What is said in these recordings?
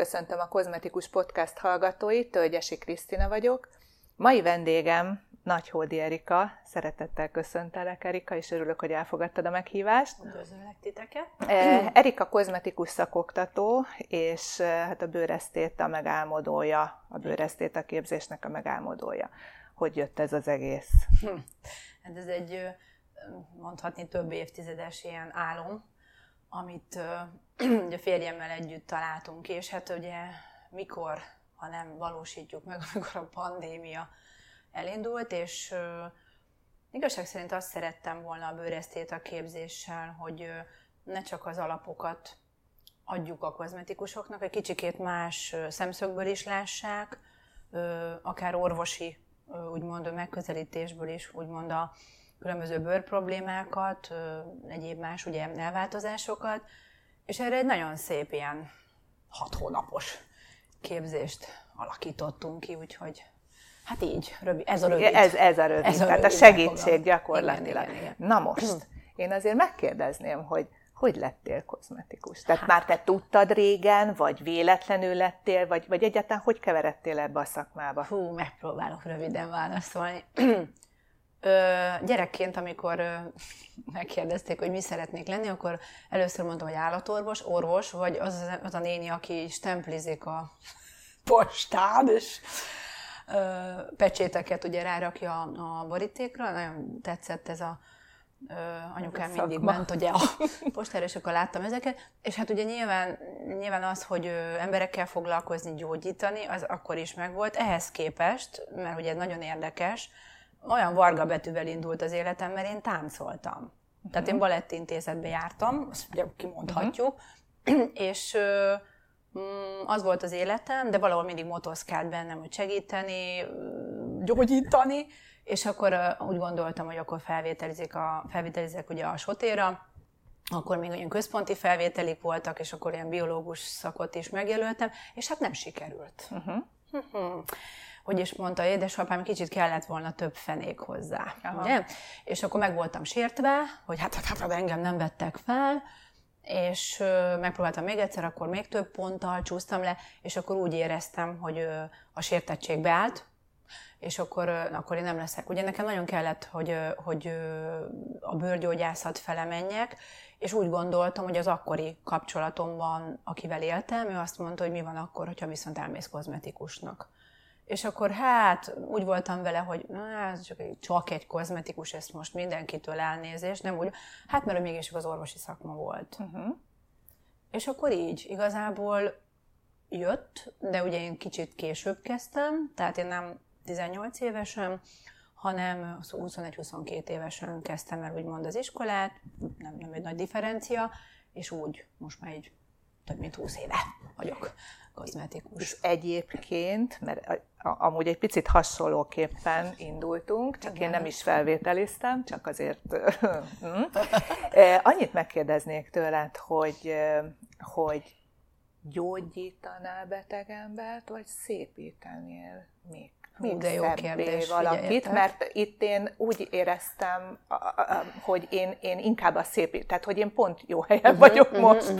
Köszöntöm a Kozmetikus Podcast hallgatóit, Tölgyesi Krisztina vagyok. Mai vendégem Nagyhódi Erika. Szeretettel köszöntelek, Erika, és örülök, hogy elfogadtad a meghívást. Üdvözöllek titeket. Erika kozmetikus szakoktató, és hát a bőresztéta megálmodója, a bőresztéta képzésnek a megálmodója. Hogy jött ez az egész? Hát ez egy, mondhatni, több évtizedes ilyen álom, amit ugye férjemmel együtt találtunk, és hát ugye mikor, ha nem valósítjuk meg, amikor a pandémia elindult, és igazság szerint azt szerettem volna a bőresztéta képzéssel, hogy ne csak az alapokat adjuk a kozmetikusoknak, egy kicsikét más szemszögből is lássák, akár orvosi úgymond megközelítésből is úgymond a különböző bőrproblémákat, egyéb más ugye elváltozásokat, és erre egy nagyon szép ilyen 6 hónapos képzést alakítottunk ki, úgyhogy hát így, ez a rövid. Ez a rövid, tehát a segítség gyakorlatilag. Igen. Na most, én azért megkérdezném, hogy lettél kozmetikus? Tehát már te tudtad régen, vagy véletlenül lettél, vagy egyáltalán hogy keveredtél ebbe a szakmába? Megpróbálok röviden válaszolni. Gyerekként, amikor megkérdezték, hogy mi szeretnék lenni, akkor először mondtam, hogy állatorvos, orvos, vagy az a néni, aki stemplizik a postán, és pecséteket ugye rárakja a borítékra. Nagyon tetszett ez a anyukám mindig ment ugye a postára, és akkor láttam ezeket. És hát ugye nyilván az, hogy emberekkel foglalkozni, gyógyítani, az akkor is megvolt. Ehhez képest, mert ugye nagyon érdekes, olyan varga betűvel indult az életem, mert én táncoltam. Tehát én balettintézetbe jártam, azt ugye kimondhatjuk, és az volt az életem, de valahol mindig motoszkált bennem, hogy segíteni, gyógyítani, és akkor úgy gondoltam, hogy akkor felvételizek ugye a sotéra, akkor még olyan központi felvételik voltak, és akkor ilyen biológus szakot is megjelöltem, és hát nem sikerült. Hogy is mondta édesapám, kicsit kellett volna több fenék hozzá. Ugye? És akkor meg voltam sértve, hogy hát engem nem vettek fel, és megpróbáltam még egyszer, akkor még több ponttal csúsztam le, és akkor úgy éreztem, hogy a sértettség beállt, és akkor én nem leszek. Ugye nekem nagyon kellett, hogy a bőrgyógyászat fele menjek, és úgy gondoltam, hogy az akkori kapcsolatomban, akivel éltem, ő azt mondta, hogy mi van akkor, hogyha viszont elmész kozmetikusnak. És akkor hát úgy voltam vele, hogy ez csak egy kozmetikus, ezt most mindenkitől elnézést, nem úgy, hát mert mégis az orvosi szakma volt. És akkor így igazából jött, de ugye én kicsit később kezdtem, tehát én nem 18 évesen, hanem 21-22 évesen kezdtem el úgymond az iskolát, nem egy nagy differencia, és úgy most már így több mint 20 éve vagyok kozmetikus. És egyébként, mert amúgy egy picit hasonlóképpen indultunk, csak igen. Én nem is felvételiztem, csak azért annyit megkérdeznék tőled, hogy gyógyítanál beteg embert, vagy szépítenél még de jó kérdés, valakit, mert itt én úgy éreztem, hogy én inkább a tehát hogy én pont jó helyen vagyok most.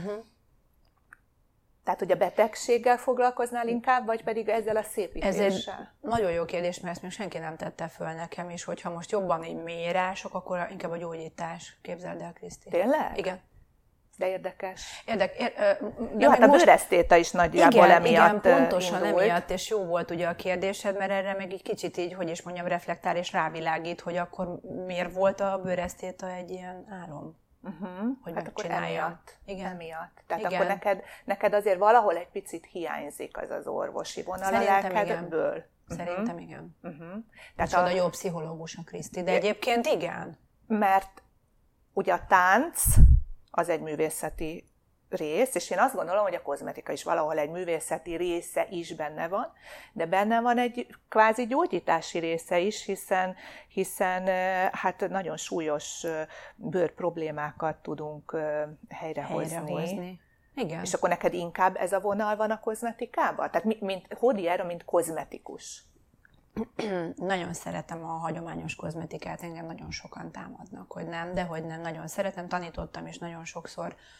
Tehát, hogy a betegséggel foglalkoznál inkább, vagy pedig ezzel a szépítéssel? Ez egy nagyon jó kérdés, mert ezt még senki nem tette föl nekem, és hogyha most jobban így mélyírások, akkor inkább a gyógyítás. Képzeld el, Kriszti. Tényleg? Igen. De érdekes. Jó, hát a bőresztéta is nagyjából emiatt igen, pontosan indult. Emiatt, és jó volt ugye a kérdésed, mert erre meg egy kicsit így, hogy is mondjam, reflektál és rávilágít, hogy akkor miért volt a bőresztéta egy ilyen álom. Hogy hát megcsinálja. Akkor emiatt. Tehát igen. akkor neked azért valahol egy picit hiányzik az orvosi vonal a lelkedből. Szerintem igen. Tehát a jó pszichológus a Kriszti, de egyébként igen. Mert ugye a tánc az egy művészeti rész, és én azt gondolom, hogy a kozmetika is valahol egy művészeti része is benne van, de benne van egy kvázi gyógyítási része is, hiszen hát nagyon súlyos bőrproblémákat tudunk helyrehozni. Igen. És akkor neked inkább ez a vonal van a kozmetikában? Tehát mint Hódi Erika, mint kozmetikus. Nagyon szeretem a hagyományos kozmetikát, engem nagyon sokan támadnak, hogy nem, de hogy nem, nagyon szeretem, tanítottam, és nagyon sokszor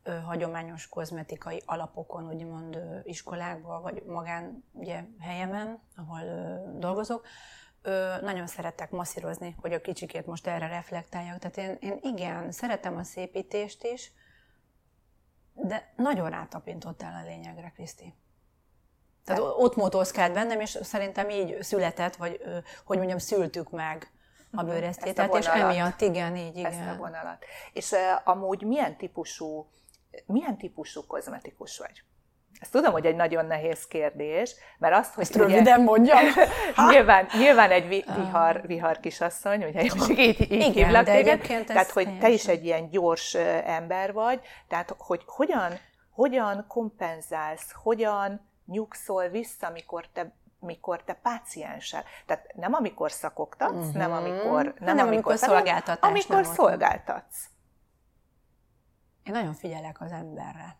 hagyományos kozmetikai alapokon, úgymond iskolákban, vagy magán ugye, helyemen, ahol dolgozok, nagyon szeretek masszírozni, hogy a kicsikét most erre reflektáljak. Tehát én igen, szeretem a szépítést is, de nagyon rátapintottál a lényegre, Kriszti. Tehát ott motoszkált bennem, és szerintem így született, vagy hogy mondjam, szültük meg a bőresztétet, és emiatt igen, így igen. Ezt a vonalat. És amúgy milyen típusú kozmetikus vagy? Ezt tudom, hogy egy nagyon nehéz kérdés, mert azt, hogy... Ezt röviden mondjam. nyilván egy vihar kisasszony, ugye így hívlak téged, tehát hogy te is egy ilyen gyors ember vagy, tehát hogy hogyan kompenzálsz, hogyan nyugszol vissza, mikor te pácienssel. Tehát nem amikor szakoktatsz, nem amikor szolgáltatás. Amikor szolgáltatsz. Én nagyon figyelek az emberre.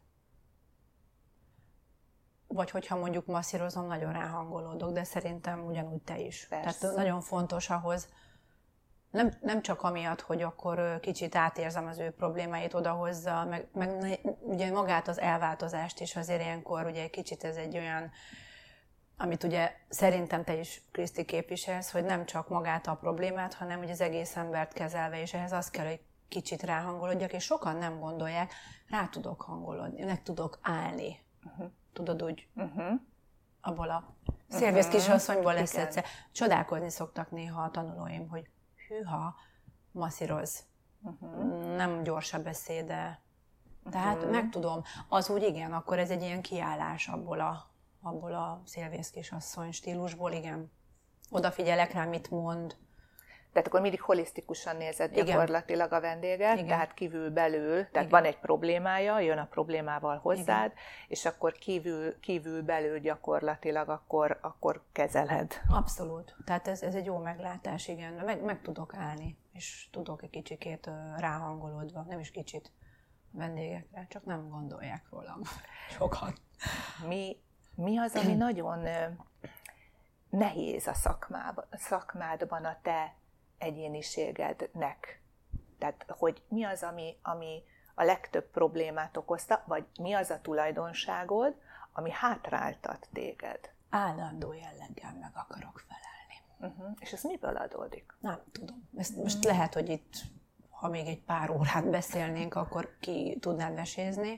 Vagy hogyha mondjuk masszírozom, nagyon ráhangolódok, de szerintem ugyanúgy te is. Persze. Tehát nagyon fontos ahhoz, nem csak amiatt, hogy akkor kicsit átérzem az ő problémáit, odahozza, meg ugye magát az elváltozást is azért ilyenkor, ugye egy kicsit ez egy olyan, amit ugye szerintem te is, Kriszti, képviselsz, hogy nem csak magát a problémát, hanem hogy az egész embert kezelve, és ehhez az kell, hogy kicsit ráhangolódjak, és sokan nem gondolják, rá tudok hangolódni, meg tudok állni. Tudod úgy, abból a szélvész kisasszonyból lesz egyszer. Csodálkozni szoktak néha a tanulóim, hogy hűha, masszíroz. Nem gyors a beszéde. Tehát meg tudom, az úgy igen, akkor ez egy ilyen kiállás abból a szélvész kisasszony stílusból, igen. Odafigyelek rá, mit mond. Tehát akkor mindig holisztikusan nézed gyakorlatilag a vendéget, igen. Tehát kívül-belül, tehát igen. Van egy problémája, jön a problémával hozzád, igen. És akkor kívül-belül gyakorlatilag akkor kezeled. Abszolút. Tehát ez egy jó meglátás, igen. Meg tudok állni, és tudok egy kicsikét ráhangolódva, nem is kicsit vendégekre, csak nem gondolják rólam sokat. Mi az, ami nagyon nehéz a szakmádban a te egyéniségednek? Tehát, hogy mi az, ami a legtöbb problémát okozta, vagy mi az a tulajdonságod, ami hátráltat téged? Állandó jelleggel meg akarok felelni. És ez miből adódik? Nem tudom. Most lehet, hogy itt, ha még egy pár órát beszélnénk, akkor ki tudnád vesézni.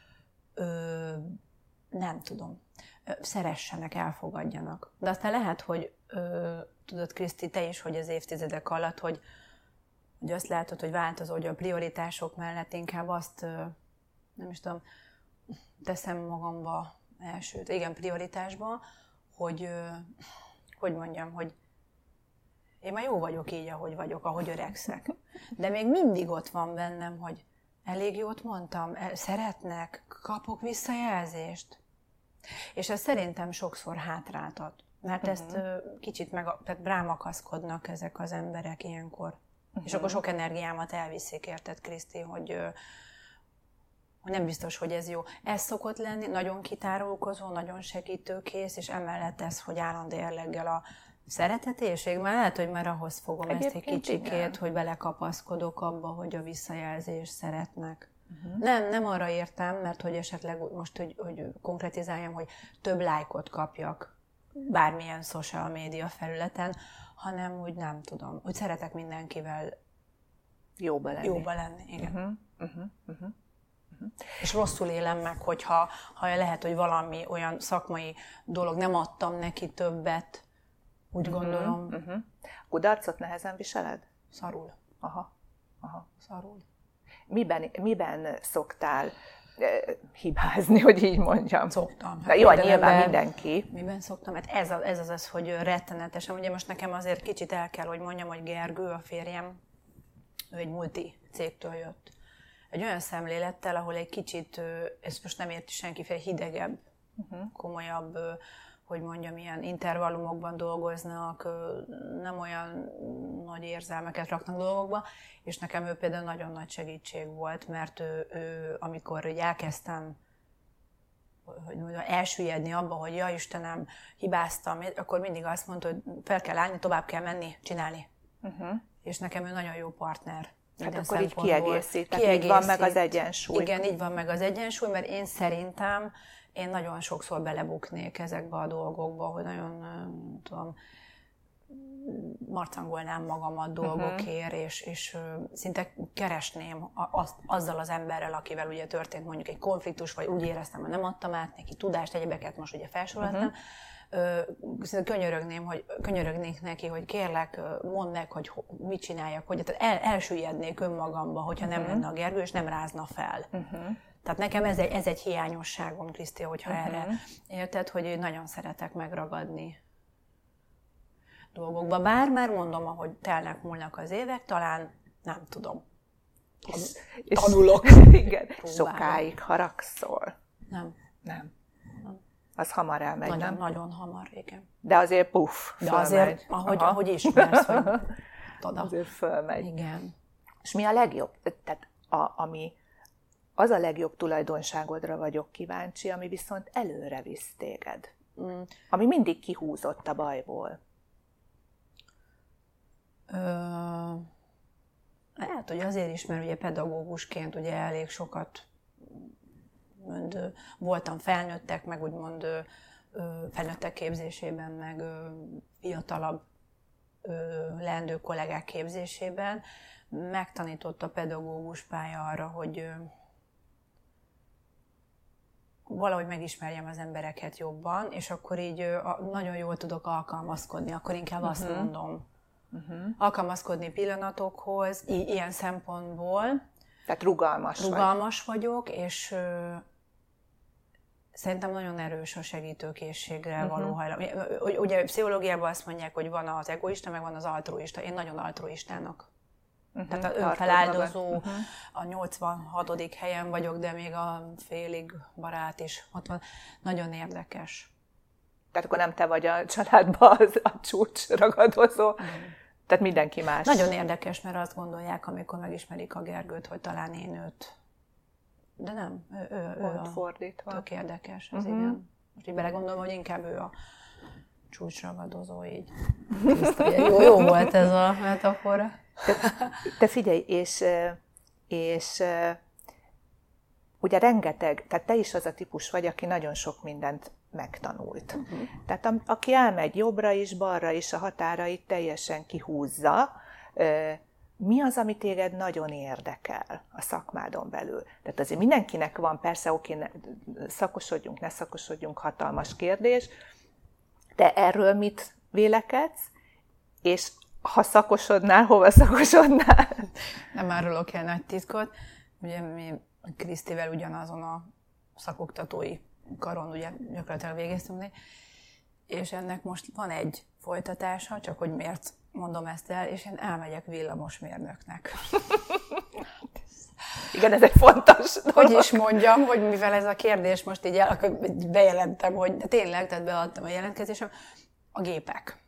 Nem tudom. Szeressenek, elfogadjanak. De aztán lehet, hogy tudod, Kriszti, te is, hogy az évtizedek alatt, hogy azt látod, hogy változó, hogy a prioritások mellett inkább azt, nem is tudom, teszem magamba elsőt, igen, prioritásba, hogy mondjam, hogy én már jó vagyok így, ahogy vagyok, ahogy öregszek. De még mindig ott van bennem, hogy elég jót mondtam, szeretnek, kapok visszajelzést. És ez szerintem sokszor hátráltat, mert ezt kicsit tehát rámakaszkodnak ezek az emberek ilyenkor. És akkor sok energiámat elviszik, érted, Kriszti, hogy nem biztos, hogy ez jó. Ez szokott lenni, nagyon kitárulkozó, nagyon segítőkész, és emellett ez, hogy állandó jelleggel a szeretetéség, mert lehet, hogy már ahhoz fogom egyébként ezt egy kicsikét, igen. Hogy belekapaszkodok abba, hogy a visszajelzést szeretnek. Nem arra értem, mert hogy esetleg most, hogy konkretizáljam, hogy több lájkot kapjak bármilyen social média felületen, hanem úgy nem tudom, hogy szeretek mindenkivel jóba lenni, igen. És rosszul élem meg, hogyha lehet, hogy valami olyan szakmai dolog, nem adtam neki többet, úgy gondolom. Kudarcot nehezen viseled? Szarul. Aha. Szarul. Miben szoktál hibázni, hogy így mondjam? Szoktam. Hát jó, nyilván mindenki. Miben szoktam? Hát ez az, hogy rettenetesen. Ugye most nekem azért kicsit el kell, hogy mondjam, hogy Gergő, a férjem, ő egy multi cégtől jött. Egy olyan szemlélettel, ahol egy kicsit, ezt most nem érti senkiféle, hidegebb, komolyabb, hogy mondjam, ilyen intervallumokban dolgoznak, nem olyan nagy érzelmeket raknak dolgokba, és nekem ő például nagyon nagy segítség volt, mert ő amikor így elkezdtem hogy mondjam, elsüllyedni abba, hogy ja Istenem, hibáztam, akkor mindig azt mondta, hogy fel kell állni, tovább kell menni, csinálni. És nekem ő nagyon jó partner. Hát akkor így kiegészít, tehát így van meg az egyensúly. Igen, így van meg az egyensúly, mert én szerintem én nagyon sokszor belebuknék ezekbe a dolgokba, hogy nagyon, tudom, marcangolnám magamat dolgokért, és szinte keresném azzal az emberrel, akivel ugye történt mondjuk egy konfliktus, vagy úgy éreztem, hogy nem adtam át neki tudást, egyebeket most ugye felsoroltam, szinte könyörögnék neki, hogy kérlek, mondd meg, hogy mit csináljak, hogy tehát elsüllyednék önmagamba, hogyha nem lenne a Gergő, és nem rázna fel. Tehát nekem ez egy hiányosságom, Krisztia, hogyha erre érted, hogy nagyon szeretek megragadni dolgokba. Bár már mondom, ahogy telnek múlnak az évek, talán nem tudom. Tanulok. Igen. Sokáig haragszol. Nem. Az hamar elmegy, nagyon, nem? Nagyon hamar, igen. De azért puff, de azért, ahogy ismersz, hogy oda. Azért fölmegy. Igen. És mi a legjobb? Tehát az a legjobb tulajdonságodra vagyok kíváncsi, ami viszont előre visz téged. Ami mindig kihúzott a bajból. Lehet, hogy azért is, mert ugye pedagógusként ugye elég sokat voltam felnőttek, meg úgymond felnőttek képzésében, meg fiatalabb leendő kollégák képzésében. Megtanított a pedagógus pálya arra, hogy valahogy megismerjem az embereket jobban, és akkor így nagyon jól tudok alkalmazkodni, akkor inkább azt mondom. Alkalmazkodni pillanatokhoz, ilyen szempontból. Tehát rugalmas vagyok, és szerintem nagyon erős a segítőkészségre való hajlam. Ugye pszichológiában azt mondják, hogy van az egoista, meg van az altruista. Én nagyon altruistának. Tehát az önfeláldozó, a 86. helyen vagyok, de még a félig barát is ott van. Nagyon érdekes. Tehát akkor nem te vagy a családban a csúcs ragadozó. Tehát mindenki más. Nagyon érdekes, mert azt gondolják, amikor megismerik a Gergőt, hogy talán én őt. De nem, ő fordítva. Tök érdekes, ez igen. Most így belegondolom, hogy inkább ő a csúcsragadozó így. Jó volt ez a metafora. Te figyelj, és ugye rengeteg, tehát te is az a típus vagy, aki nagyon sok mindent megtanult. Tehát aki elmegy jobbra is, balra is, a határait teljesen kihúzza, mi az, ami téged nagyon érdekel a szakmádon belül? Tehát azért mindenkinek van, persze szakosodjunk, ne szakosodjunk, hatalmas kérdés, de erről mit vélekedsz, és ha szakosodnál, hova szakosodnál? Nem árulok el nagy titkot. Ugye mi Krisztivel ugyanazon a szakoktatói karon ugye gyakorlatilag végeztünk, és ennek most van egy folytatása, csak hogy miért mondom ezt el, és én elmegyek villamosmérnöknek. Igen, ez egy fontos dolog. Hogy is mondjam, hogy mivel ez a kérdés most így akkor bejelentem, hogy de tényleg, tehát beadtam a jelentkezésem, a gépek.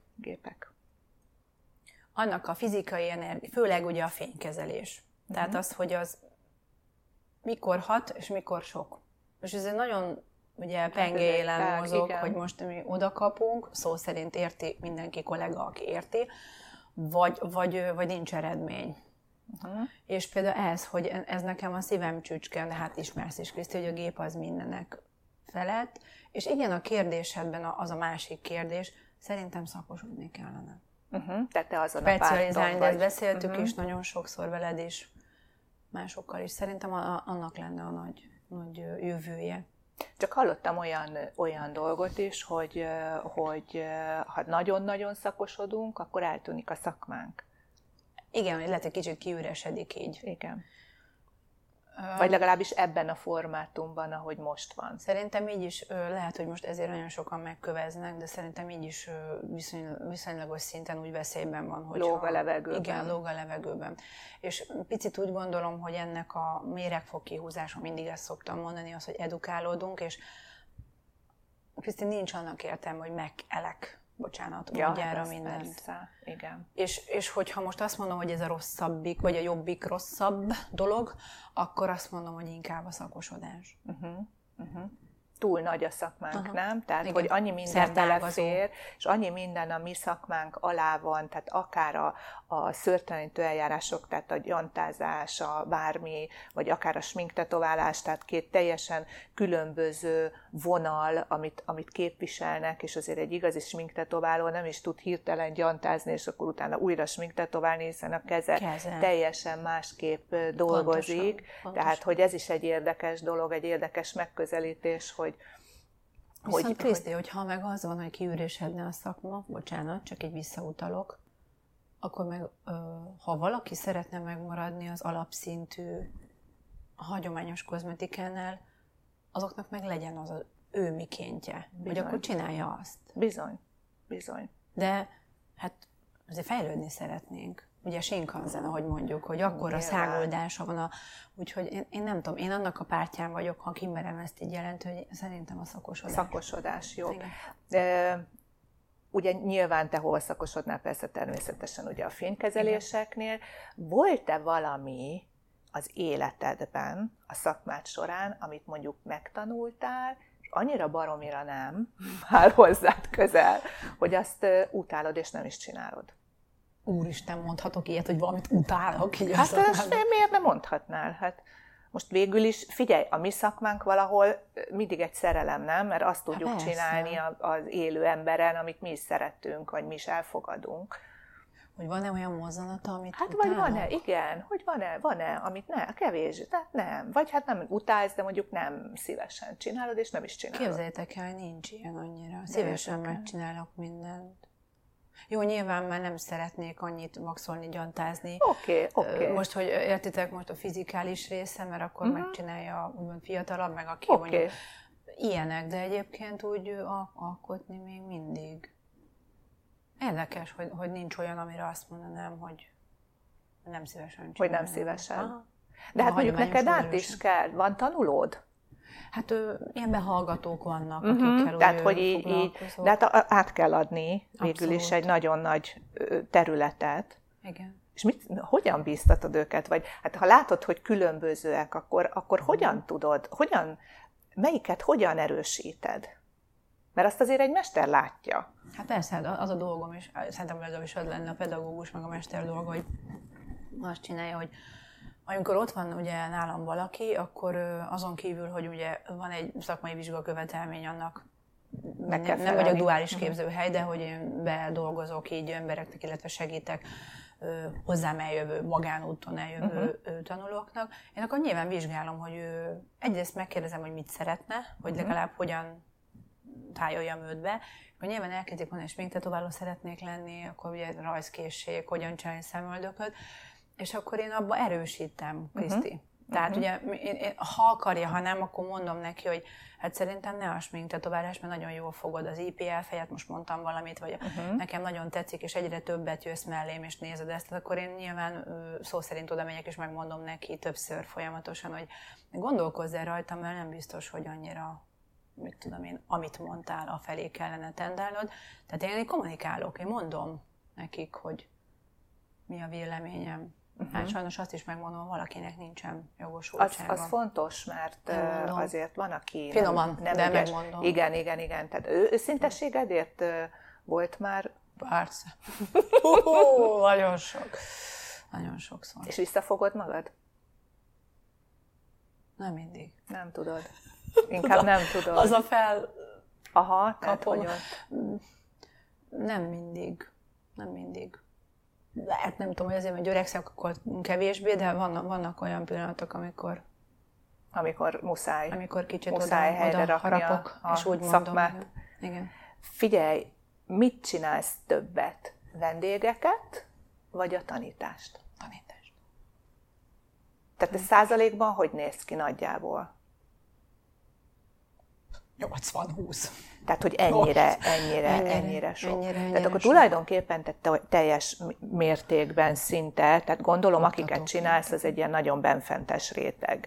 Annak a fizikai energia, főleg ugye a fénykezelés. Tehát az, hogy az mikor hat, és mikor sok. És ez egy nagyon ugye pengélen mozog, igen. Hogy most mi oda kapunk, szó szerint érti mindenki kollega, aki érti, vagy nincs eredmény. És például ez, hogy ez nekem a szívem csücske, de hát ismersz is, Kriszti, hogy a gép az mindenek felett. És igen, a kérdésedben az a másik kérdés, szerintem szakosodni kellene. Tehát te azon specializálni, de ezt beszéltük is nagyon sokszor veled is, másokkal is. Szerintem annak lenne a nagy jövője. Csak hallottam olyan dolgot is, hogy ha nagyon-nagyon szakosodunk, akkor eltűnik a szakmánk. Igen, lehet, hogy kicsit kiüresedik így. Igen. Vagy legalábbis ebben a formátumban, ahogy most van. Szerintem így is, lehet, hogy most ezért nagyon sokan megköveznek, de szerintem így is viszonylagos szinten úgy veszélyben van, hogy lóg a levegőben. Igen, lóg a levegőben. És picit úgy gondolom, hogy ennek a méregfok kihúzása, mindig ezt szoktam mondani, az, hogy edukálódunk, és Kriszti, nincs annak értelme, hogy megelek. Bocsánat, mondjára mindent. Persze, igen. És hogyha most azt mondom, hogy ez a rosszabbik, vagy a jobbik rosszabb dolog, akkor azt mondom, hogy inkább a szakosodás. túl nagy a szakmánk, nem? Tehát, igen. hogy annyi minden belefér, és annyi minden a mi szakmánk alá van, tehát akár a szőrtelenítő eljárások, tehát a gyantázás, a bármi, vagy akár a sminktetoválás, tehát két teljesen különböző vonal, amit képviselnek, és azért egy igazi sminktetováló nem is tud hirtelen gyantázni, és akkor utána újra sminktetoválni, hiszen a keze teljesen másképp dolgozik. Pontosan. Tehát, hogy ez is egy érdekes dolog, egy érdekes megközelítés, hogy... Viszont Kriszti, hogyha meg az van, hogy kiürésedne a szakma, bocsánat, csak egy visszautalok, akkor meg, ha valaki szeretne megmaradni az alapszintű, a hagyományos kozmetikánál, azoknak meg legyen az ő mikéntje. Vagy akkor csinálja azt. Bizony. De hát azért fejlődni szeretnénk. Ugye Shinkansen, ahogy mondjuk, hogy akkor a szágoldása van. Úgyhogy én nem tudom, én annak a pártján vagyok, ha kimerem ezt így jelentő, hogy szerintem a szakosodás. Szakosodás, jó. Ugye nyilván te hol szakosodnál, persze természetesen ugye a fénykezeléseknél. Volt-e valami az életedben, a szakmád során, amit mondjuk megtanultál, és annyira baromira nem, már hozzád közel, hogy azt utálod és nem is csinálod? Úristen, mondhatok ilyet, hogy valamit utálok? Így hát ezt miért nem mondhatnál? Hát most végül is, figyelj, a mi szakmánk valahol mindig egy szerelem, nem? Mert azt tudjuk csinálni az élő emberen, amit mi is szeretünk, vagy mi is elfogadunk. Hogy van-e olyan mozzanata, amit hát utálok? Vagy van-e, igen, hogy van-e, amit kevés, tehát nem. Vagy hát nem utálsz, de mondjuk nem szívesen csinálod, és nem is csinálod. Képzeljétek el, nincs ilyen annyira. Szívesen megcsinálok mindent. Jó, nyilván már nem szeretnék annyit maxolni, gyantázni. Oké. Most, hogy értitek, most a fizikális része, mert akkor megcsinálja úgymond fiatalabb, meg aki mondjuk ilyenek, de egyébként úgy alkotni még mindig. Érdekes, hogy nincs olyan, amire azt mondanám, hogy nem szívesen csinálom. Hogy nem szívesen. Aha. De hát mondjuk neked át is kell. Van tanulód? Hát ilyen behallgatók vannak, akikkel tehát, hogy így, de hát át kell adni végül is egy nagyon nagy területet. Igen. És hogyan bíztatod őket? Vagy hát ha látod, hogy különbözőek, akkor hogyan tudod, melyiket hogyan erősíted? Mert azt azért egy mester látja. Hát persze, az a dolgom, és szerintem legalábbis az lenne a pedagógus, meg a mester dolga, hogy azt csinálja, hogy amikor ott van ugye nálam valaki, akkor azon kívül, hogy ugye van egy szakmai vizsgakövetelmény annak, nem vagyok duális képzőhely, de hogy én bedolgozok így embereknek, illetve segítek hozzám eljövő, magánúton eljövő tanulóknak. Én akkor nyilván vizsgálom, hogy egyrészt megkérdezem, hogy mit szeretne, hogy legalább hogyan tájoljam őt be. Akkor nyilván elkezdik mondani, hogy sminktetováló szeretnék lenni, akkor ugye rajzkészség, hogyan csinálni szemöldököt, és akkor én abba erősítem, Kriszti. Tehát ugye, ha akarja, ha nem, akkor mondom neki, hogy hát szerintem ne a sminktetoválás, mert nagyon jól fogod az IPL fejet, most mondtam valamit, vagy nekem nagyon tetszik, és egyre többet jössz mellém, és nézed ezt, akkor én nyilván szó szerint oda megyek, és megmondom neki többször folyamatosan, hogy gondolkozz el rajta, mert nem biztos, hogy annyira, mit tudom én, amit mondtál, afelé kellene tendálnod. Tehát én kommunikálok, én mondom nekik, hogy mi a véleményem. Hát sajnos azt is megmondom, valakinek nincsen jogosultsága. Az fontos, mert azért van, aki finoman, nem de ügyes. megmondom. Igen. Tehát őszintességedért volt már? Persze. Nagyon sok. Nagyon sokszor. És visszafogod magad? Nem mindig. Nem tudod. Inkább nem tudod. Az a fel... Aha, tehát hogy Nem mindig. Lehet, nem tudom, hogy azért, hogy öregszek, akkor kevésbé, de vannak olyan pillanatok, amikor muszáj. Amikor kicsit muszáj helyre rakni harapok, és úgy szakmát. mondom. Igen. Figyelj, mit csinálsz többet? Vendégeket, vagy a tanítást? Tanítást. Tehát ez százalékban hogy néz ki nagyjából? 80-20. Tehát, hogy ennyire sok. Tehát akkor sok. tulajdonképpen teljes mértékben szinte, tehát gondolom, akiket csinálsz, az egy ilyen nagyon benfentes réteg.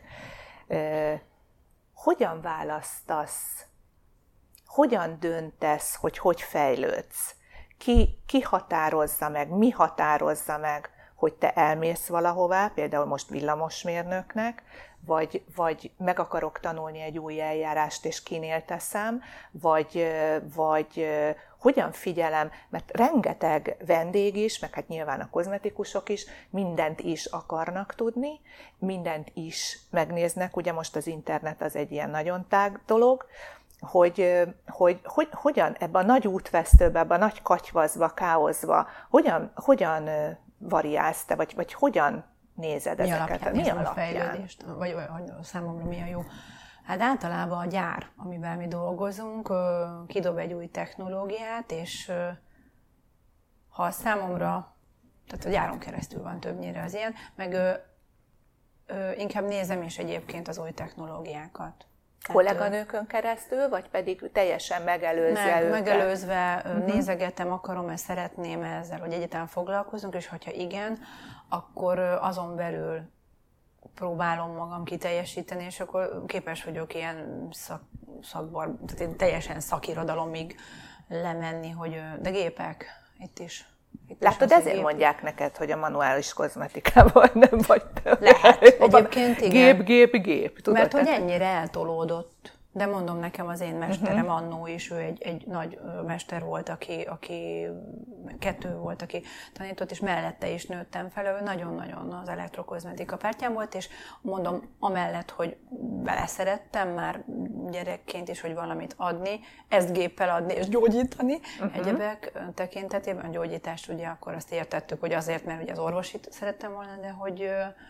Hogyan választasz? Hogyan döntesz, hogy fejlődsz? Ki határozza meg, mi határozza meg, hogy te elmész valahová, például most villamosmérnöknek, vagy meg akarok tanulni egy új eljárást, és kinél teszem, vagy hogyan figyelem, mert rengeteg vendég is, meg hát nyilván a kozmetikusok is mindent is akarnak tudni, mindent is megnéznek, ugye most az internet az egy ilyen nagyon tág dolog, hogy hogyan ebben a nagy útvesztőben, ebben a nagy katyvaszba, káoszba, hogyan variálsz te, vagy hogyan nézed ezeket? Mi alapján? Fejlődést, vagy számomra mi a jó? Hát általában a gyár, amivel mi dolgozunk, kidob egy új technológiát, és ha számomra, tehát a gyáron keresztül van többnyire az ilyen, meg inkább nézem is egyébként az új technológiákat. Kolléganőkön keresztül, vagy pedig teljesen megelőzve őket? Megelőzve nézegetem, akarom-e, szeretném ezzel, hogy egyáltalán foglalkozunk, és hogyha igen, akkor azon belül próbálom magam kiteljesíteni, és akkor képes vagyok ilyen szakbar, tehát én teljesen szakirodalomig lemenni, hogy de gépek itt is. Látod, ezért mondják neked, hogy a manuális kozmetikával nem vagy több. Lehet, egyébként igen. Gép. Tudod, mert hogy ennyire eltolódott. De mondom, nekem az én mesterem annó is, ő egy nagy mester volt, aki 2 volt, aki tanított, és mellette is nőttem fel, ő nagyon-nagyon az elektrokozmetika pártján volt, és mondom, amellett, hogy beleszerettem már gyerekként is, hogy valamit adni, ezt géppel adni és gyógyítani, egyebek tekintetében, a gyógyítást ugye akkor azt értettük, hogy azért, mert ugye az orvosit szerettem volna, de hogy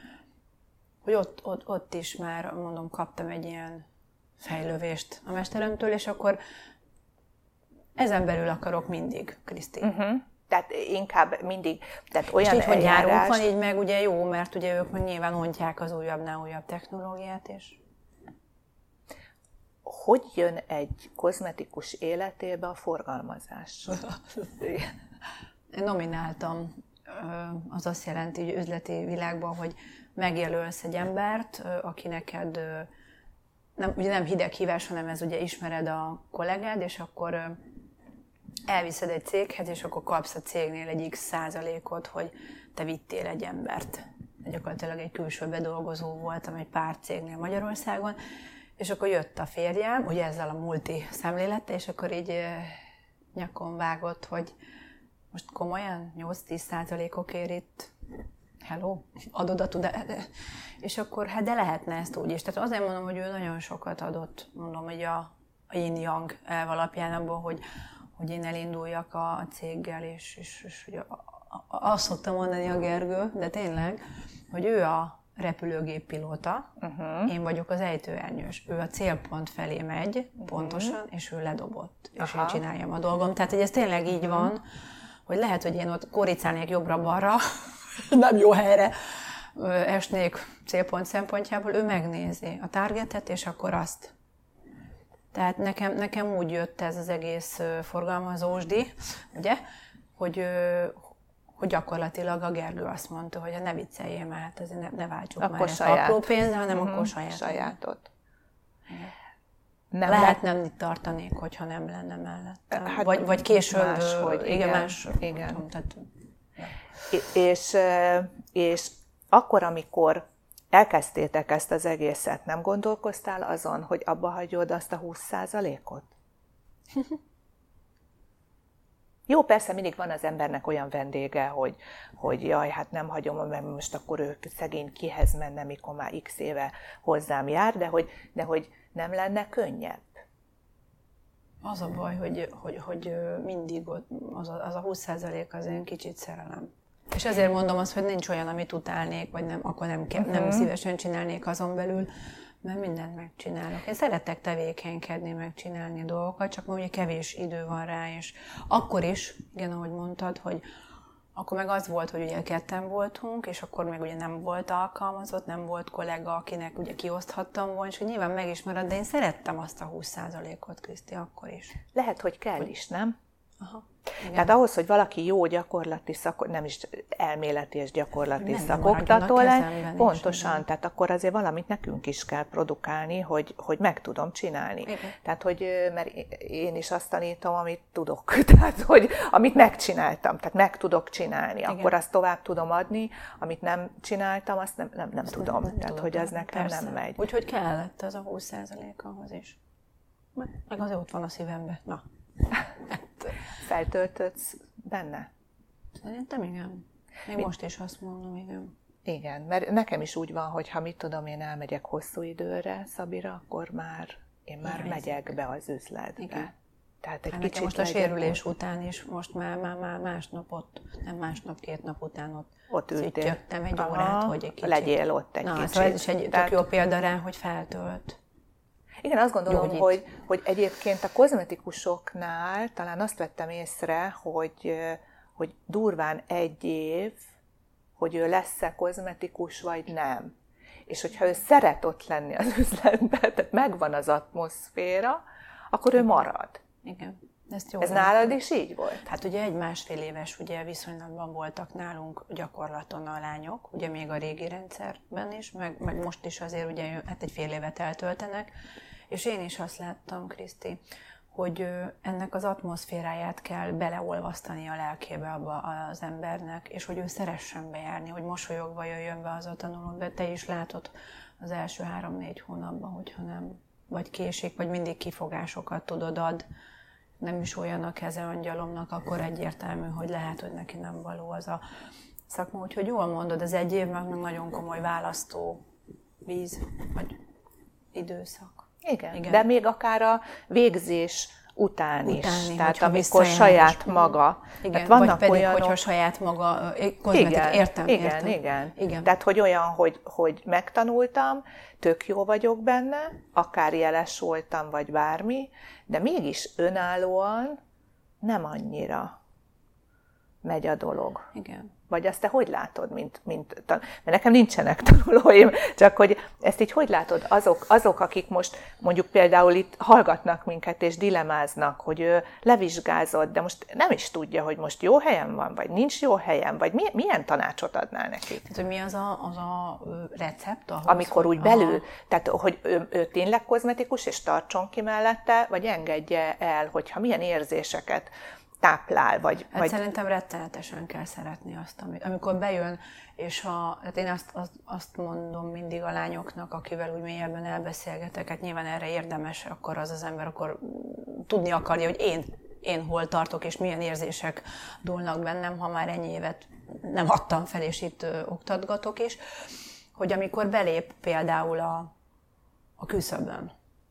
ott is már, mondom, kaptam egy ilyen fejlővést a mesteremtől, és akkor ezen belül akarok mindig, Kriszti. Tehát inkább mindig, tehát olyan és így, hogy járunk van, így meg ugye jó, mert ugye ők nyilván ontják az újabbnál újabb technológiát, és... Hogy jön egy kozmetikus életébe a forgalmazás? Én nomináltam, az azt jelenti, hogy üzleti világban, hogy megjelölsz egy embert, aki neked ugye nem hideghívás, hanem ez ugye ismered a kollégád, és akkor elviszed egy céghez, és akkor kapsz a cégnél egy x%, hogy te vittél egy embert. Gyakorlatilag egy külső bedolgozó voltam egy pár cégnél Magyarországon, és akkor jött a férjem, ugye ezzel a multi szemlélettel, és akkor így nyakon vágott, hogy most komolyan 8-10%-okért itt hello, adod a tudást. És akkor, hát de lehetne ezt úgy is. Tehát azért mondom, hogy ő nagyon sokat adott, mondom, hogy a yin-yang elv alapján abból, hogy én elinduljak a céggel, és hogy azt szoktam mondani a Gergő, de tényleg, hogy ő a repülőgéppilóta, én vagyok az ejtőernyős. Ő a célpont felé megy, pontosan, és ő ledobott, és én csináljam a dolgom. Tehát, hogy ez tényleg így van, hogy lehet, hogy én ott koricálnék jobbra-balra, nem jó helyre esnék célpont szempontjából, ő megnézi a targetet, és akkor azt. Tehát nekem úgy jött ez az egész forgalmazósdi, ugye, hogy gyakorlatilag a Gergő azt mondta, hogy ne vicceljél már, hát azért ne váltsuk akkor már ezt apró pénzre, hanem akkor sajátot. Nem itt tartanék, hogyha nem lenne mellett. Hát vagy később, máshogy, igen. Tehát, és akkor, amikor elkezdtétek ezt az egészet, nem gondolkoztál azon, hogy abba hagyod azt a 20%-ot? Jó, persze mindig van az embernek olyan vendége, hogy jaj, hát nem hagyom, mert most akkor ő szegény kihez menne, mikor már x éve hozzám jár, de hogy nem lenne könnyebb. Az a baj, hogy mindig ott, az a 20% az én kicsit szerelem. És ezért mondom azt, hogy nincs olyan, amit utálnék, vagy nem, akkor nem szívesen csinálnék azon belül, mert mindent megcsinálok. Én szeretek tevékenykedni, megcsinálni dolgokat, csak ugye kevés idő van rá, és akkor is, igen, ahogy mondtad, hogy akkor meg az volt, hogy ugye ketten voltunk, és akkor meg ugye nem volt alkalmazott, nem volt kollega, akinek ugye kioszthattam volna, és hogy nyilván meg is maradt, de én szerettem azt a 20%-ot, Kriszti, akkor is. Lehet, hogy kell is, nem? Aha. Igen. Tehát ahhoz, hogy valaki jó gyakorlati nem is elméleti és gyakorlati szakoktató legyen, pontosan, tehát akkor azért valamit nekünk is kell produkálni, hogy meg tudom csinálni. Igen. Tehát, hogy mert én is azt tanítom, amit tudok, tehát, hogy amit megcsináltam, tehát meg tudok csinálni, igen. akkor azt tovább tudom adni, amit nem csináltam, azt nem tudom. Tehát, hogy az nekem nem megy. Úgyhogy kellett az a 20% ahhoz is. Meg azért ott van a szívemben. Na. Feltöltödsz benne? Szerintem igen. Még most is azt mondom, igen. Igen, mert nekem is úgy van, hogy ha mit tudom, én elmegyek hosszú időre Szabira, akkor én már megyek be az üzletbe. Igen. Tehát egy kicsit most a sérülés után is, most már másnap ott, nem másnap, 2 nap után ott szüttyögtem egy órát, hogy egy kicsit. Legyél ott egy kicsit. Szóval ez is egy tök jó példa rá, hogy feltölt. Igen, azt gondolom, hogy egyébként a kozmetikusoknál talán azt vettem észre, hogy durván 1 év, hogy ő lesz-e kozmetikus, vagy nem. És hogyha ő szeret ott lenni az üzletben, tehát megvan az atmoszféra, akkor ő marad. Igen. Ez nálad is így volt? Hát ugye 1-1,5 éves viszonylatban voltak nálunk gyakorlaton a lányok, ugye még a régi rendszerben is, meg most is azért ugye hát egy fél évet eltöltenek, és én is azt láttam, Kriszti, hogy ennek az atmoszféráját kell beleolvasztani a lelkébe abba az embernek, és hogy ő szeressen bejárni, hogy mosolyogva jöjjön be az a tanuló, de te is látod az első 3-4 hónapban, hogyha nem, vagy késik, vagy mindig kifogásokat tudod ad, nem is olyan a keze angyalomnak, akkor egyértelmű, hogy lehet, hogy neki nem való az a szakma. Úgyhogy jól mondod, az 1 év meg nagyon komoly választó víz, vagy időszak. Igen, de még akár a végzés után is. Tehát amikor saját maga. Igen, tehát vannak vagy pedig, olyanok, hogyha saját maga kozmetik, értem. Igen. Tehát, hogy olyan, hogy megtanultam, tök jó vagyok benne, akár jeles voltam, vagy bármi, de mégis önállóan nem annyira megy a dolog. Igen. Vagy azt te hogy látod, mert nekem nincsenek tanulóim, csak hogy ezt így hogy látod azok, akik most mondjuk például itt hallgatnak minket és dilemáznak, hogy ő levizsgázott, de most nem is tudja, hogy most jó helyen van, vagy nincs jó helyen, vagy milyen tanácsot adnál neki? Tehát, hogy mi az a recept? Ahhoz, amikor úgy belül, tehát hogy ő tényleg kozmetikus, és tartson ki mellette, vagy engedje el, hogyha milyen érzéseket táplál, vagy... Szerintem rettenetesen kell szeretni azt, amikor bejön, és hát én azt mondom mindig a lányoknak, akivel úgy mélyebben elbeszélgetek, hát nyilván erre érdemes, akkor az ember akkor tudni akarja, hogy én hol tartok, és milyen érzések dúlnak bennem, ha már ennyi évet nem adtam fel, és itt oktatgatok is, hogy amikor belép például a küszöbön,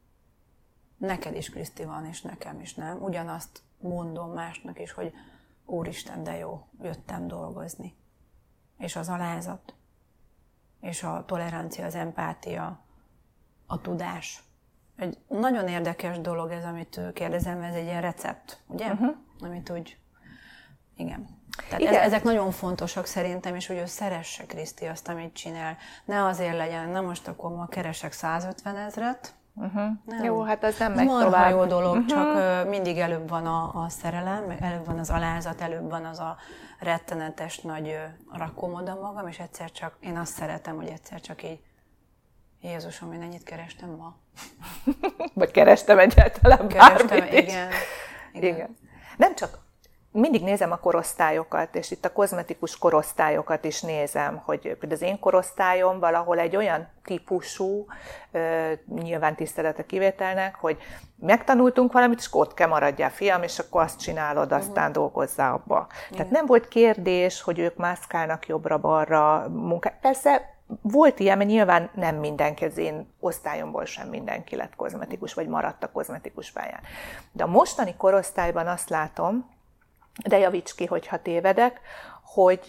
neked is, Kriszti, van, és nekem is, nem? Ugyanazt mondom másnak is, hogy Úristen, de jó, jöttem dolgozni. És az alázat, és a tolerancia, az empátia, a tudás. Egy nagyon érdekes dolog ez, amit kérdezem, ez egy ilyen recept, ugye? Amit úgy, igen. Tehát ezek nagyon fontosak szerintem, és hogy ő szeresse, Kriszti, azt, amit csinál. Ne azért legyen, na most akkor ma keresek 150 000. Jó, hát az nem megy tovább. Marha jó dolog, csak mindig előbb van a szerelem, előbb van az alázat, előbb van az a rettenetes nagy rakom oda magam, és egyszer csak, én azt szeretem, hogy egyszer csak így, Jézusom, én ennyit kerestem ma. Vagy kerestem egyáltalán bármit is. Igen. Nem csak, mindig nézem a korosztályokat, és itt a kozmetikus korosztályokat is nézem, hogy például az én korosztályom valahol egy olyan típusú, nyilván tisztelet a kivételnek, hogy megtanultunk valamit, és ott kell maradjál, fiam, és akkor azt csinálod, aztán dolgozzál abba. Igen. Tehát nem volt kérdés, hogy ők mászkálnak jobbra-balra munkát. Persze volt ilyen, mert nyilván nem mindenki, az én osztályomból sem mindenki lett kozmetikus, vagy maradt a kozmetikus pályán. De a mostani korosztályban azt látom, de javíts ki, hogyha tévedek, hogy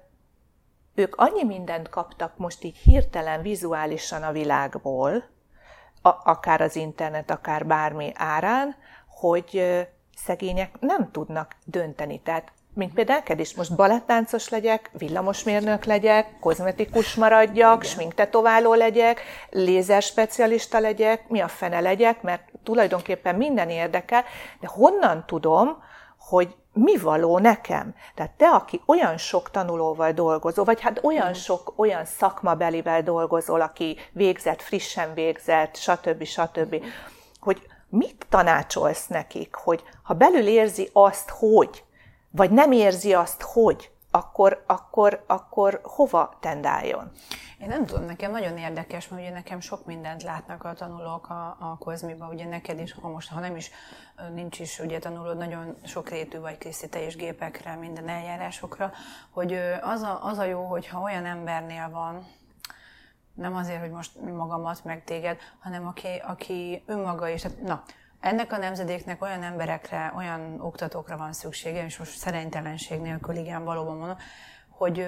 ők annyi mindent kaptak most így hirtelen, vizuálisan a világból, akár az internet, akár bármi árán, hogy szegények nem tudnak dönteni. Tehát, mint például neked is, most baletttáncos legyek, villamosmérnök legyek, kozmetikus maradjak, sminktetováló legyek, lézerspecialista legyek, mi a fene legyek, mert tulajdonképpen minden érdekel, de honnan tudom, hogy mi való nekem? Tehát te, aki olyan sok tanulóval dolgozol, vagy hát olyan sok olyan szakmabelivel dolgozol, aki végzett, frissen végzett, stb. Hogy mit tanácsolsz nekik, hogy ha belül érzi azt, hogy, vagy nem érzi azt, hogy, akkor hova tendáljon? Én nem tudom, nekem nagyon érdekes, mert ugye nekem sok mindent látnak a tanulók a Kozmiba, ugye neked is, ha nem is, nincs is ugye tanulód, nagyon sokrétű vagy, Kriszti, te is gépekre, minden eljárásokra, hogy az a jó, hogyha olyan embernél van, nem azért, hogy most magamat meg téged, hanem aki önmaga is, na, ennek a nemzedéknek olyan emberekre, olyan oktatókra van szüksége, és most szerénytelenség nélkül, igen, valóban mondom, hogy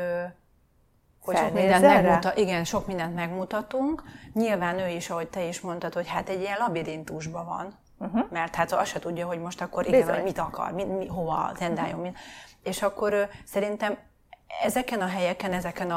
sok mindent megmutatunk. Nyilván ő is, ahogy te is mondtad, hogy hát egy ilyen labirintusban van, mert hát azt se tudja, hogy most akkor igen, hogy mit akar, hova tendáljon. És akkor szerintem ezeken a helyeken,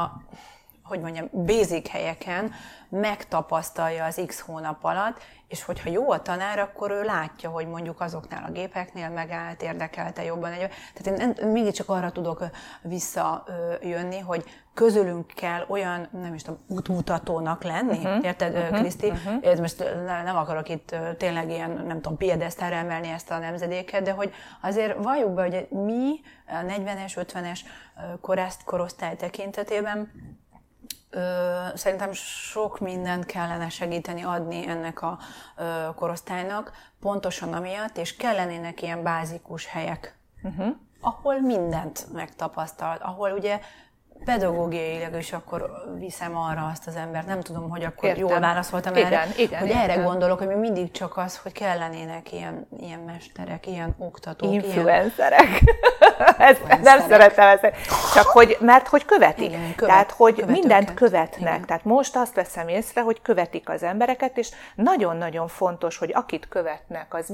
basic helyeken megtapasztalja az X hónap alatt, és hogyha jó a tanár, akkor ő látja, hogy mondjuk azoknál a gépeknél megállt, érdekelte jobban. Tehát én mégiscsak arra tudok visszajönni, hogy közülünk kell olyan, nem is tudom, útmutatónak lenni, érted, Kriszti? Most nem akarok itt tényleg ilyen, nem tudom, piedesztára emelni ezt a nemzedéket, de hogy azért valljuk be, hogy mi a 40-es, 50-es korosztály tekintetében szerintem sok mindent kellene segíteni adni ennek a korosztálynak, pontosan amiatt, és kellenének ilyen bázikus helyek, ahol mindent megtapasztalt, ahol ugye pedagógiailag is akkor viszem arra azt az embert, nem tudom, hogy akkor értem. Jól válaszoltam erre, hogy erre gondolok, hogy mindig csak az, hogy kellenének ilyen mesterek, ilyen oktatók. Influencerek. Nem szeretem ezt. Csak hogy, mert hogy követik. Igen, tehát, hogy mindent követnek. Igen. Tehát most azt veszem észre, hogy követik az embereket, és nagyon-nagyon fontos, hogy akit követnek, az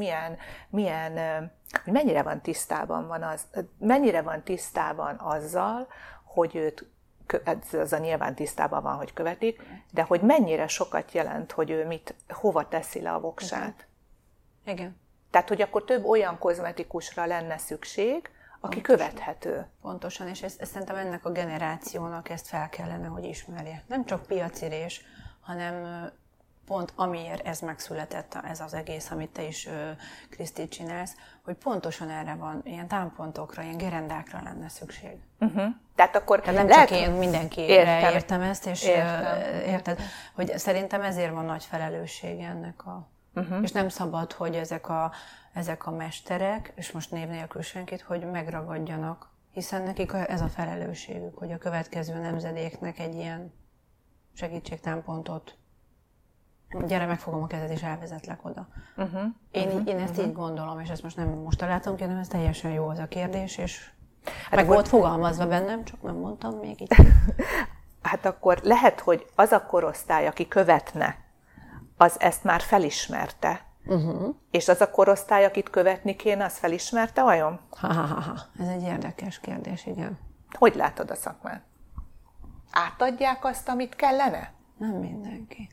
mennyire van tisztában azzal, hogy őt, az a nyilván tisztában van, hogy követik, de hogy mennyire sokat jelent, hogy ő hova teszi le a voksát. Igen. Tehát, hogy akkor több olyan kozmetikusra lenne szükség, aki követhető. Pontosan, és ezt szerintem ennek a generációnak ezt fel kellene, hogy ismerje. Nem csak piacirés, hanem pont amiért ez megszületett, ez az egész, amit te is, Kriszti, csinálsz, hogy pontosan erre van, ilyen támpontokra, ilyen gerendákra lenne szükség. Tehát nem csak én mindenkire értem ezt, és érted, hogy szerintem ezért van nagy felelőssége ennek a... És nem szabad, hogy ezek a mesterek, és most név nélkül senkit, hogy megragadjanak, hiszen nekik ez a felelősségük, hogy a következő nemzedéknek egy ilyen segítségtámpontot, gyere, megfogom a kezed, és elvezetlek oda. Én ezt így gondolom, és ezt most nem most találtam ki, hanem ez teljesen jó az a kérdés, és meg volt fogalmazva bennem, csak nem mondtam még így. Hát akkor lehet, hogy az a korosztály, aki követne, az ezt már felismerte. És az a korosztály, akit követni kéne, az felismerte vajon? Ez egy érdekes kérdés, igen. Hogy látod a szakmát? Átadják azt, amit kellene? Nem mindenki.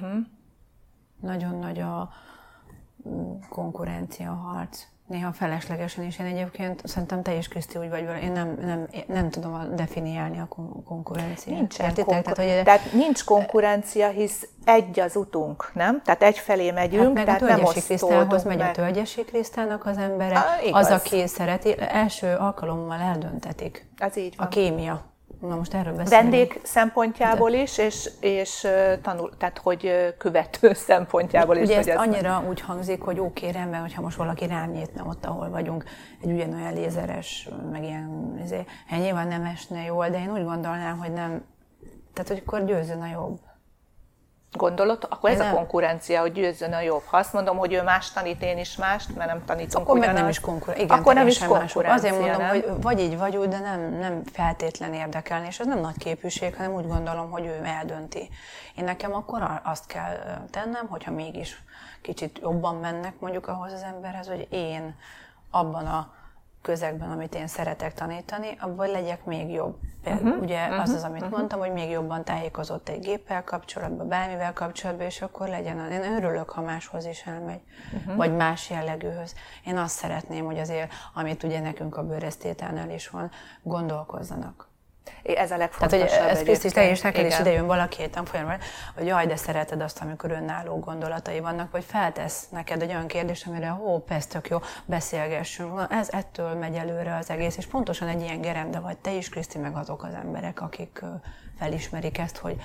Nagyon nagy a konkurencia, harc. Néha feleslegesen is. Én egyébként szerintem te is, Kriszti, úgy vagy vele. Én nem tudom definiálni a konkurenciát. Tehát nincs konkurencia, hisz egy az utunk, nem? Tehát egyfelé megyünk, tehát nem osztódunk. Megy a Tölgyesi Krisztának az embere, az, aki szereti, első alkalommal eldöntetik. Az így van. A kémia. Na most erről beszélünk. Vendég szempontjából is, és tehát hogy követő szempontjából is. Ugye ezt annyira úgy hangzik, hogy oké, rendben, hogyha most valaki rám nyitna ott, ahol vagyunk, egy ugyanolyan lézeres, meg ilyen, hát nyilván nem esne jól, de én úgy gondolnám, hogy nem, tehát hogy akkor győzzön a jobb. Gondolod? Akkor ez a konkurencia, hogy győzzön a jobb. Ha azt mondom, hogy ő más tanít, én is mást, mert nem tanítunk akkor ugyanaz. Meg nem is konkurencia. Akkor nem is konkurencia. Azért mondom, nem? Hogy vagy így vagy úgy, de nem feltétlen érdekelni, és ez nem nagy képűség, hanem úgy gondolom, hogy ő eldönti. Én nekem akkor azt kell tennem, hogyha mégis kicsit jobban mennek mondjuk ahhoz az emberhez, hogy én abban a közegben, amit én szeretek tanítani, abban legyek még jobb. Ugye az, amit mondtam, hogy még jobban tájékozott egy géppel kapcsolatban, bármivel kapcsolatban, és akkor legyen. Én örülök, ha máshoz is elmegy, vagy más jellegűhöz. Én azt szeretném, hogy azért, amit ugye nekünk a bőresztételnél is van, gondolkozzanak. Ez a legfontosabb. Tehát, hogy ez Kriszti, te is neked is idejön valaki egy tanfolyamon, hogy jaj, de szereted azt, amikor önálló gondolatai vannak, vagy feltesz neked egy olyan kérdés, amire ez tök jó, beszélgessünk. Na, ez ettől megy előre az egész, és pontosan egy ilyen gerenda vagy te is, Kriszti, meg azok az emberek, akik felismerik ezt, hogy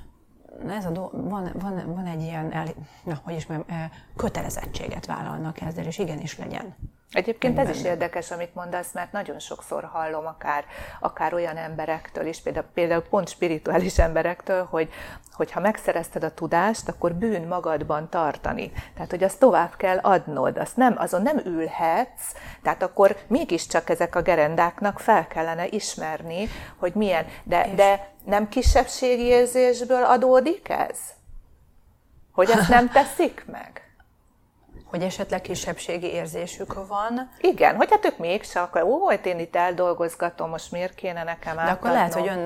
van egy ilyen kötelezettséget vállalnak ezzel, és igenis legyen. Egyébként ez is érdekes, amit mondasz, mert nagyon sokszor hallom akár olyan emberektől is, például pont spirituális emberektől, hogy ha megszerezted a tudást, akkor bűn magadban tartani. Tehát, hogy azt tovább kell adnod, azon nem ülhetsz, tehát akkor mégiscsak ezek a gerendáknak fel kellene ismerni, hogy milyen, de nem kisebbségi érzésből adódik ez? Hogy ezt nem teszik meg? Hogy esetleg kisebbségi érzésük van. Igen, hogy hát ők mégse akar, hogy én itt eldolgozgatom, most miért kéne nekem átadnom. De akkor lehet, hogy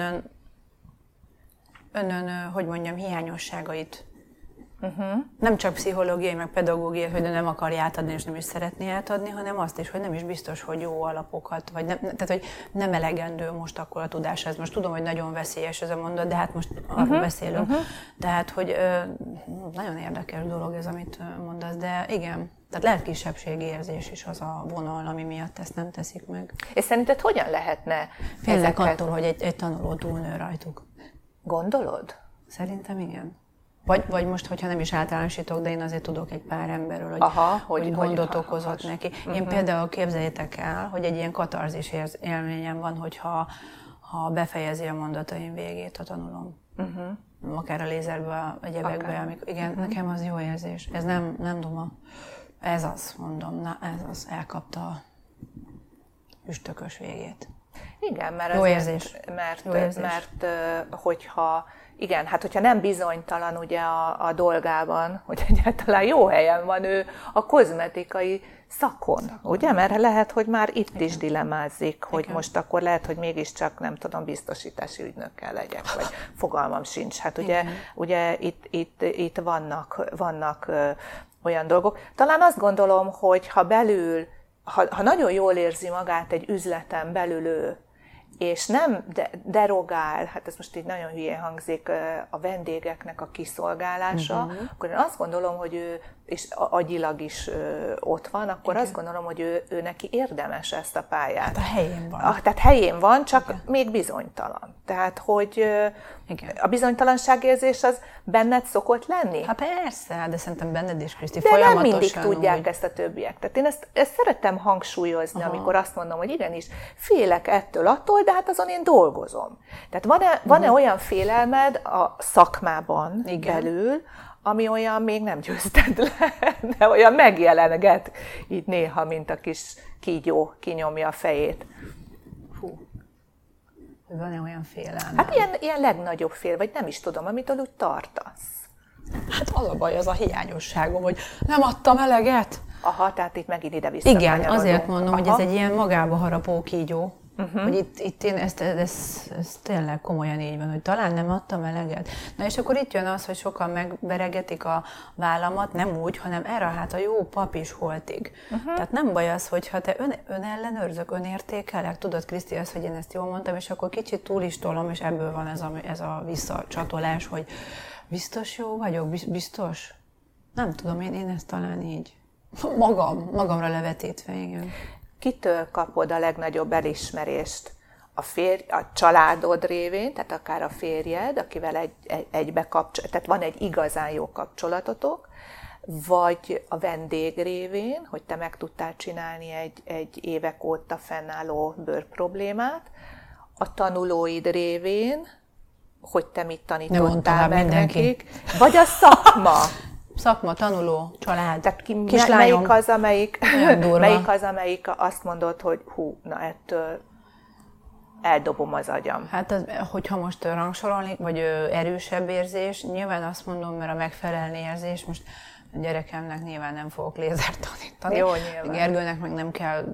önön hogy mondjam, hiányosságait. Nem csak pszichológiai, meg pedagógiai, hogy nem akarja átadni, és nem is szeretné átadni, hanem azt is, hogy nem is biztos, hogy jó alapokat, vagy nem, tehát, hogy nem elegendő most akkor a tudás. Ez most tudom, hogy nagyon veszélyes ez a mondat, de hát most arról beszélünk. Tehát, hogy nagyon érdekes dolog ez, amit mondasz, de igen, tehát lehet kisebbségi érzés is az a vonal, ami miatt ezt nem teszik meg. És szerinted hogyan lehetne Félek attól, hogy egy tanuló túlnő rajtuk. Gondolod? Szerintem igen. Vagy most, hogyha nem is általánosítok, de én azért tudok egy pár emberről, hogy gondot okozott neki. Én például képzeljétek el, hogy egy ilyen katarzis élményem van, hogyha befejezi a mondataim végét a tanulom. Akár a lézerbe, egyebekbe. Igen, nekem az jó érzés. Ez nem duma. Ez az, mondom, ez az, elkapta a üstökös végét. Igen, mert jó érzés. Mert hogyha igen, hát hogyha nem bizonytalan ugye a dolgában, hogy egyáltalán jó helyen van ő a kozmetikai szakon, ugye? Mert lehet, hogy már itt is dilemmázik, hogy most akkor lehet, hogy mégiscsak, nem tudom, biztosítási ügynökkel legyek, vagy fogalmam sincs. Hát ugye itt vannak olyan dolgok. Talán azt gondolom, hogy ha belül, ha nagyon jól érzi magát egy üzleten belül ő, és nem derogál, hát ez most így nagyon hülyén hangzik, a vendégeknek a kiszolgálása, akkor én azt gondolom, hogy ő, és agyilag is ott van, akkor azt gondolom, hogy ő neki érdemes ezt a pályát. Hát a helyén van. Tehát helyén van, csak még bizonytalan. Tehát, hogy a bizonytalanságérzés az benned szokott lenni? Hát persze, de szerintem benned is, Kriszti, folyamatosan. De nem mindig tudják ezt a többiek. Tehát én ezt szeretem hangsúlyozni, amikor azt mondom, hogy igenis, félek attól, de hát azon én dolgozom. Tehát van-e olyan félelmed a szakmában belül, ami olyan még nem győzted le, de olyan megjelenget így néha, mint a kis kígyó kinyomja a fejét. Van-e olyan félelem? Hát ilyen legnagyobb fél, vagy nem is tudom, amitől úgy tartasz. Hát az a baj, az a hiányosságom, hogy nem adtam eleget. Aha, tehát itt megint ide-vissza. Igen, azért mondom, hogy ez egy ilyen magába harapó kígyó. Hogy itt én ez tényleg komolyan így van, hogy talán nem adtam eleget. Na és akkor itt jön az, hogy sokan megberegetik a vállamat, nem úgy, hanem erre hát a jó pap is holtig. Tehát nem baj az, hogyha te önellenőrzök, önértékelek, tudod, Kriszti, az, hogy én ezt jól mondtam, és akkor kicsit túl is tolom, és ebből van ez a visszacsatolás, hogy biztos jó vagyok, biztos? Nem tudom, én ezt talán így magamra levetítve, igen. Kitől kapod a legnagyobb elismerést? A családod révén, tehát akár a férjed, akivel tehát van egy igazán jó kapcsolatotok, vagy a vendég révén, hogy te meg tudtál csinálni egy évek óta fennálló bőrproblémát, a tanulóid révén, hogy te mit tanítottál meg nekik, vagy a szakma, tanuló, család, tehát melyik az, amelyik azt mondod, hogy ettől eldobom az agyam. Hát hogyha most rangsorolni, vagy erősebb érzés, nyilván azt mondom, mert a megfelelni érzés, most a gyerekemnek nyilván nem fogok lézert tanítani. Jó, nyilván. Gergőnek meg nem kell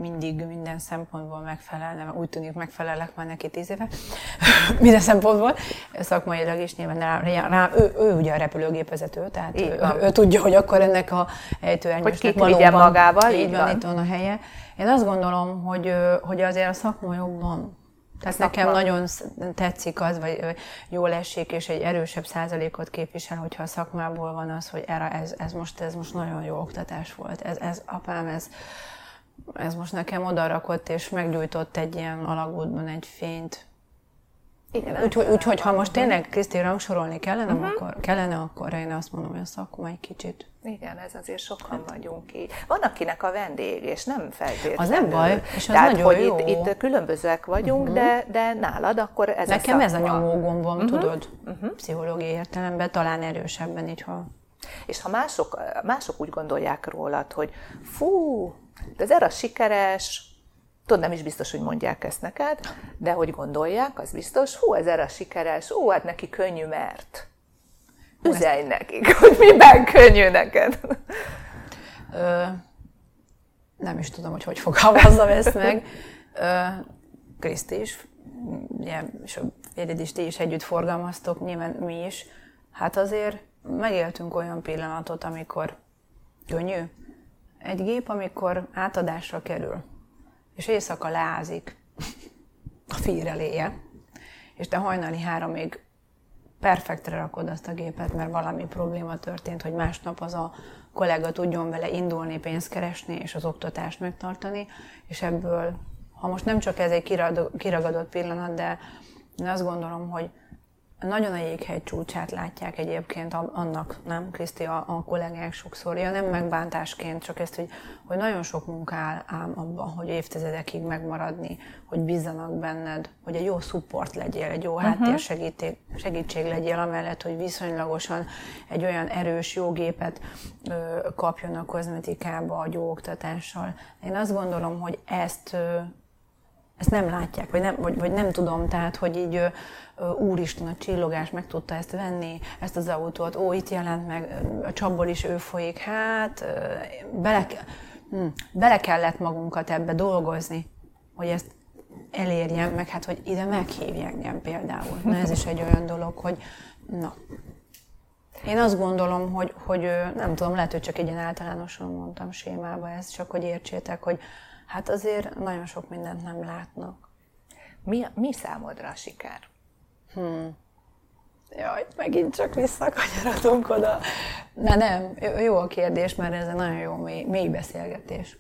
mindig minden szempontból megfelelne, úgy tűnik megfelelek már neki 10 éve, minden szempontból, szakmailag is nyilván ő ugye a repülőgépvezető, tehát ő tudja, hogy akkor ennek a ejtőernyősnek valóban magával, így van, itt van a helye. Én azt gondolom, hogy azért a szakma jobban. Tehát nekem nagyon tetszik az, vagy jól esik, és egy erősebb százalékot képvisel, hogyha a szakmából van az, hogy ez most nagyon jó oktatás volt. Apám, ez most nekem odarakott, és meggyújtott egy ilyen alagútban egy fényt. Úgyhogy ha most tényleg, Kriszti, rangsorolni kellene, akkor én azt mondom, hogy a szakma egy kicsit. Igen, ez azért sokan vagyunk így. Van akinek a vendég, és nem feltétlenül. Az nem baj, és az tehát, nagyon hogy jó. Itt különbözőek vagyunk, de nálad akkor ez nekem a ez a nyomógombom, tudod, pszichológiai értelemben, talán erősebben így, ha... És ha mások úgy gondolják rólad, hogy fú, de ez erre sikeres, tudod, nem is biztos, hogy mondják ezt neked, de hogy gondolják, az biztos, hú, ez erre sikeres, hát neki könnyű, mert... Üzelj nekik, hogy miben könnyű neked. Nem is tudom, hogy fogalmazzam ezt meg. Kriszti is, ugye, és a férjed is, ti is együtt forgalmaztok, nyilván mi is. Hát azért megéltünk olyan pillanatot, amikor könnyű. Egy gép, amikor átadásra kerül, és éjszaka leázik a fíreléje, és te hajnali 3-ig perfektre rakod azt a gépet, mert valami probléma történt, hogy másnap az a kollega tudjon vele indulni, pénzt keresni, és az oktatást megtartani, és ebből, ha most nem csak ez egy kiragadott pillanat, de én azt gondolom, hogy nagyon a jéghegy csúcsát látják egyébként annak, nem, Kriszti, a kollégák sokszor, nem megbántásként, csak ezt, hogy nagyon sok munka áll abban, hogy évtizedekig megmaradni, hogy bízzanak benned, hogy egy jó support legyél, egy jó háttérsegítség legyél, amellett, hogy viszonylagosan egy olyan erős, jó gépet kapjon a kozmetikába, a gyógyoktatással. Én azt gondolom, hogy ezt nem látják, vagy nem tudom, tehát, hogy így úristen, a csillogás meg tudta ezt venni, ezt az autót, itt jelent meg, a csapból is ő folyik, hát bele kellett magunkat ebbe dolgozni, hogy ezt elérjem, meg hát, hogy ide meghívj engem például. Na ez is egy olyan dolog, hogy na. Én azt gondolom, hogy nem tudom, lehet, hogy csak egy ilyen általánosan mondtam sémába ezt, csak hogy értsétek, hogy hát azért nagyon sok mindent nem látnak. Mi számodra a siker? Jaj, megint csak visszakanyarodunk oda. Na nem, jó a kérdés, mert ez egy nagyon jó mély beszélgetés.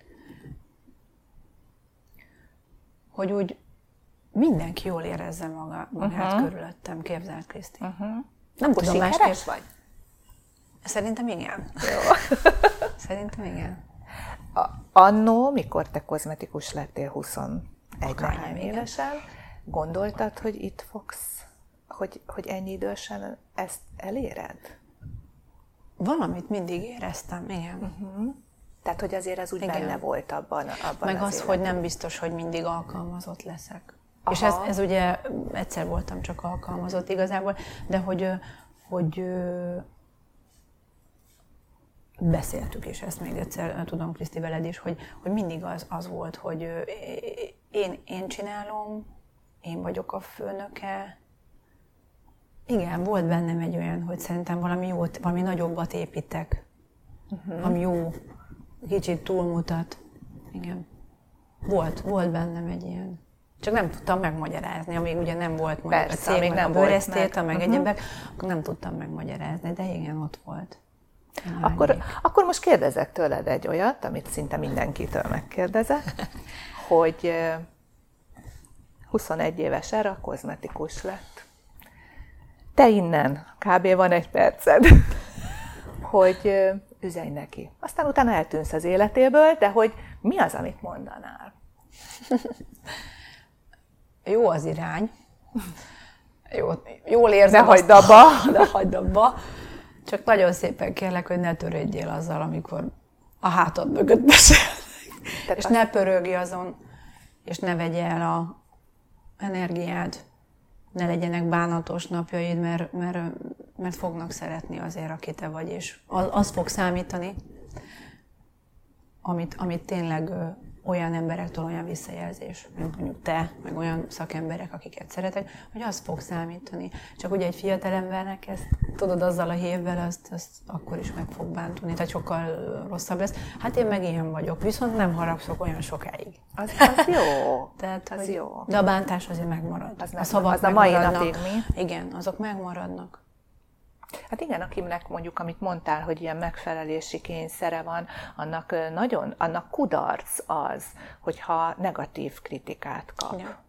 Hogy úgy mindenki jól érezze magát körülöttem, képzeld, Kriszti. Nem tudom sikeres vagy? Szerintem igen. Jó. Szerintem igen. Annó, mikor te kozmetikus lettél 21 évesen, gondoltad, hogy itt fogsz, hogy ennyi idősen ezt eléred? Valamit mindig éreztem, igen. Tehát, hogy azért ez úgy benne volt abban meg az, hogy nem biztos, hogy mindig alkalmazott leszek. Aha. És ez ugye egyszer voltam csak alkalmazott igazából, de hogy beszéltük is ezt még egyszer, tudom, Kriszti, veled is, hogy mindig az volt, hogy én csinálom, én vagyok a főnöke. Igen, volt bennem egy olyan, hogy szerintem valami nagyobbat építek, ami jó, kicsit túlmutat. Igen. Volt bennem egy ilyen. Csak nem tudtam megmagyarázni, amíg ugye nem volt mondjuk a cég, meg a bőresztéta, meg egyebek, akkor nem tudtam megmagyarázni, de igen, ott volt. Akkor most kérdezek tőled egy olyat, amit szinte mindenkitől megkérdezek, hogy 21 éves erre kozmetikus lett. Te innen, kb. Van egy perced, hogy üzenj neki. Aztán utána eltűnsz az életéből, de hogy mi az, amit mondanál? Jó az irány. Jól érzem. De hagyd abba. Csak nagyon szépen kérlek, hogy ne törődjél azzal, amikor a hátad mögött beszélnek. És ne pörögj azon, és ne vegye el a energiád. Ne legyenek bánatos napjaid, mert fognak szeretni azért, aki te vagy, és az fog számítani, amit tényleg olyan emberektől olyan visszajelzés, mint mondjuk te, meg olyan szakemberek, akiket szeretek, hogy az fog számítani. Csak ugye egy fiatal embernek ezt, tudod, azzal a hévvel, azt akkor is meg fog bántani, tehát sokkal rosszabb lesz. Hát én meg ilyen vagyok, viszont nem haragszok olyan sokáig. Az jó. Tehát, az jó. De a bántás azért megmarad. A szavak a mai napig mi? Igen, azok megmaradnak. Hát igen, akinek mondjuk, amit mondtál, hogy ilyen megfelelési kényszere van, annak kudarc az, hogyha negatív kritikát kap. Ja.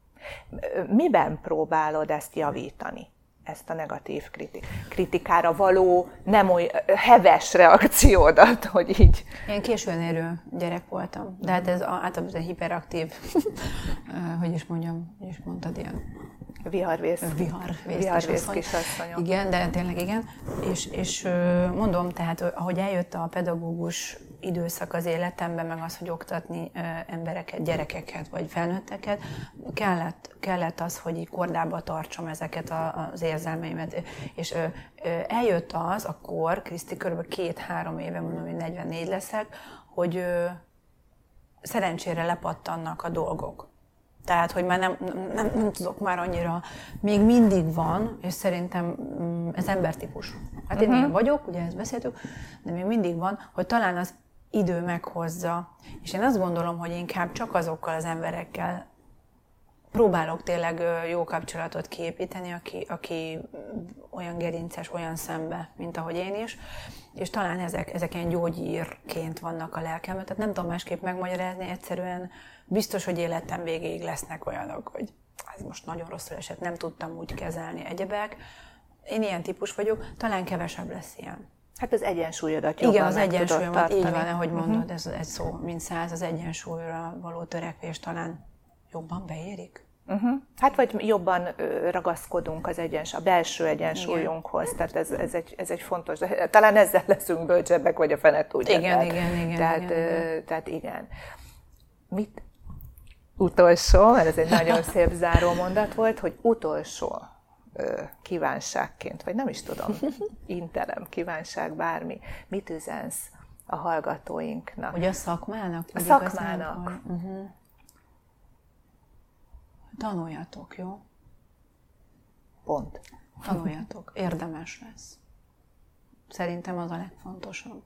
Miben próbálod ezt javítani? Ezt a negatív kritikára való nem olyan heves reakciódat, hogy így... Én későn érő gyerek voltam, de hát ez általában hiperaktív, hogy is mondtad, ilyen viharvész kisasszonyok. Igen, de tényleg igen. És mondom, tehát ahogy eljött a pedagógus időszak az életemben, meg az, hogy oktatni embereket, gyerekeket vagy felnőtteket, kellett az, hogy így kordába tartsam ezeket az érzelmeimet. És eljött az akkor, Kriszti, kb. 2-3 éve, mondom, hogy 44 leszek, hogy szerencsére lepattannak a dolgok. Tehát, hogy már nem tudok már annyira, még mindig van, és szerintem ez embertípus. Hát én ilyen vagyok, ugye ezt beszéltük, de még mindig van, hogy talán az idő meghozza. És én azt gondolom, hogy inkább csak azokkal az emberekkel próbálok tényleg jó kapcsolatot kiépíteni, aki olyan gerinces, olyan szembe, mint ahogy én is, és talán ezek ilyen gyógyírként vannak a lelkemben. Tehát nem tudom másképp megmagyarázni, egyszerűen biztos, hogy életem végéig lesznek olyanok, hogy ez most nagyon rosszul esett, nem tudtam úgy kezelni egyebek. Én ilyen típus vagyok, talán kevesebb lesz ilyen. Hát az egyensúlyodat jobban igen, az egyensúlyomat, így van, ahogy mondod, ez szó, mint 100, az egyensúlyra való törekvés talán jobban beérik. Hát vagy jobban ragaszkodunk a belső egyensúlyunkhoz, igen. Tehát ez egy fontos, talán ezzel leszünk bölcsebbek, vagy a fene tudja. Igen. Tehát igen. Mit utolsó, mert ez egy nagyon szép záró mondat volt, hogy utolsó kívánságként, vagy nem is tudom, intelem, kívánság, bármi, mit üzensz a hallgatóinknak? Hogy a szakmának? A szakmának. Tanuljatok, jó? Pont. Tanuljatok, érdemes lesz. Szerintem az a legfontosabb.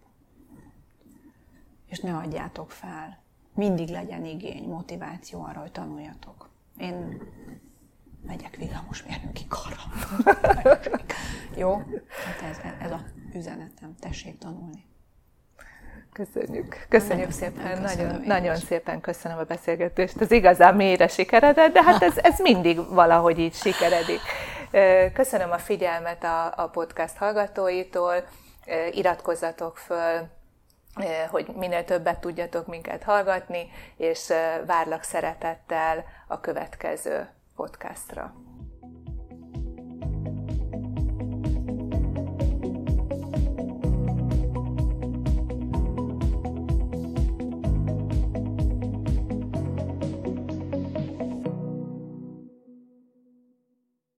És ne adjátok fel. Mindig legyen igény, motiváció arra, hogy tanuljatok. Én megyek villamosmérnöki karra. Jó? Hát ez a üzenetem. Tessék tanulni. Köszönjük szépen. Nagyon szépen köszönöm a beszélgetést. Ez igazán mélyre sikeredett, de hát ez mindig valahogy így sikeredik. Köszönöm a figyelmet a podcast hallgatóitól. Iratkozzatok föl, hogy minél többet tudjatok minket hallgatni, és várlak szeretettel a következő podcastra.